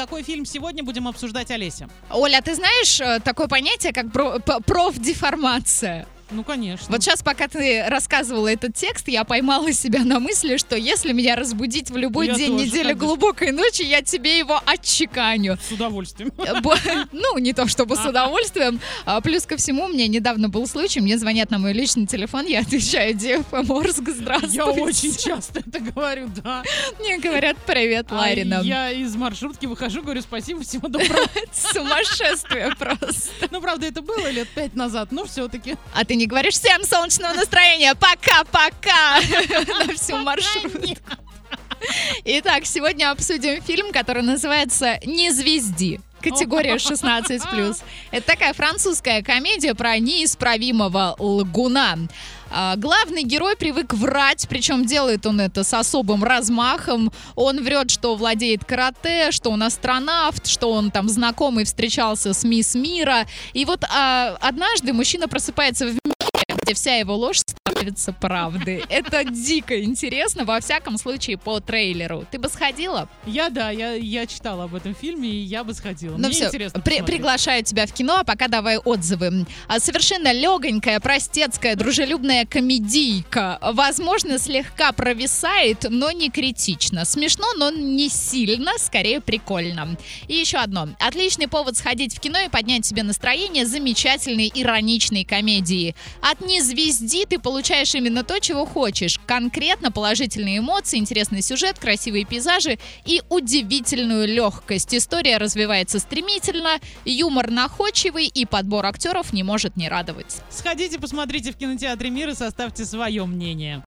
какой фильм сегодня будем обсуждать, Олеся? Оля, ты знаешь такое понятие, как профдеформация? Ну, конечно. Вот сейчас, пока ты рассказывала этот текст, я поймала себя на мысли, что если меня разбудить в любой день тоже, недели конечно. глубокой ночи, я тебе его отчеканю. С удовольствием. Ну, не то чтобы с удовольствием. Плюс ко всему, мне недавно был случай, мне звонят на мой личный телефон, я отвечаю: ДФМ Орск, здравствуйте. Я очень часто это говорю, да. Мне говорят: привет, Ларина. Я из маршрутки выхожу, говорю: спасибо, всего доброго. Сумасшествие просто. Ну, правда, это было лет 5 назад, но все-таки. А ты не говоришь: всем солнечного настроения, пока-пока на всю маршрутку. Итак, сегодня обсудим фильм, который называется «Не звезди». Категория 16+. Это такая французская комедия про неисправимого лгуна. Главный герой привык врать, причем делает он это с особым размахом. Он врет, что владеет карате, что он астронавт, что он там знакомый встречался с мисс Мира. И вот однажды мужчина просыпается в мире, где вся его ложь становится правдой. Это дико интересно, во всяком случае, по трейлеру. Ты бы сходила? Я читала об этом фильме, и я бы сходила. Ну Мне все, интересно посмотреть. приглашаю тебя в кино, а пока давай отзывы. Совершенно легонькая, простецкая, дружелюбная комедийка. Возможно, слегка провисает, но не критично. Смешно, но не сильно, скорее прикольно. И еще одно. Отличный повод сходить в кино и поднять себе настроение замечательной ироничной комедии. От «Не звезди» ты получаешь именно то, чего хочешь. Конкретно положительные эмоции, интересный сюжет, красивые пейзажи и удивительную легкость. История развивается стремительно, юмор находчивый и подбор актеров не может не радовать. Сходите, посмотрите в кинотеатре «Мир» и составьте свое мнение.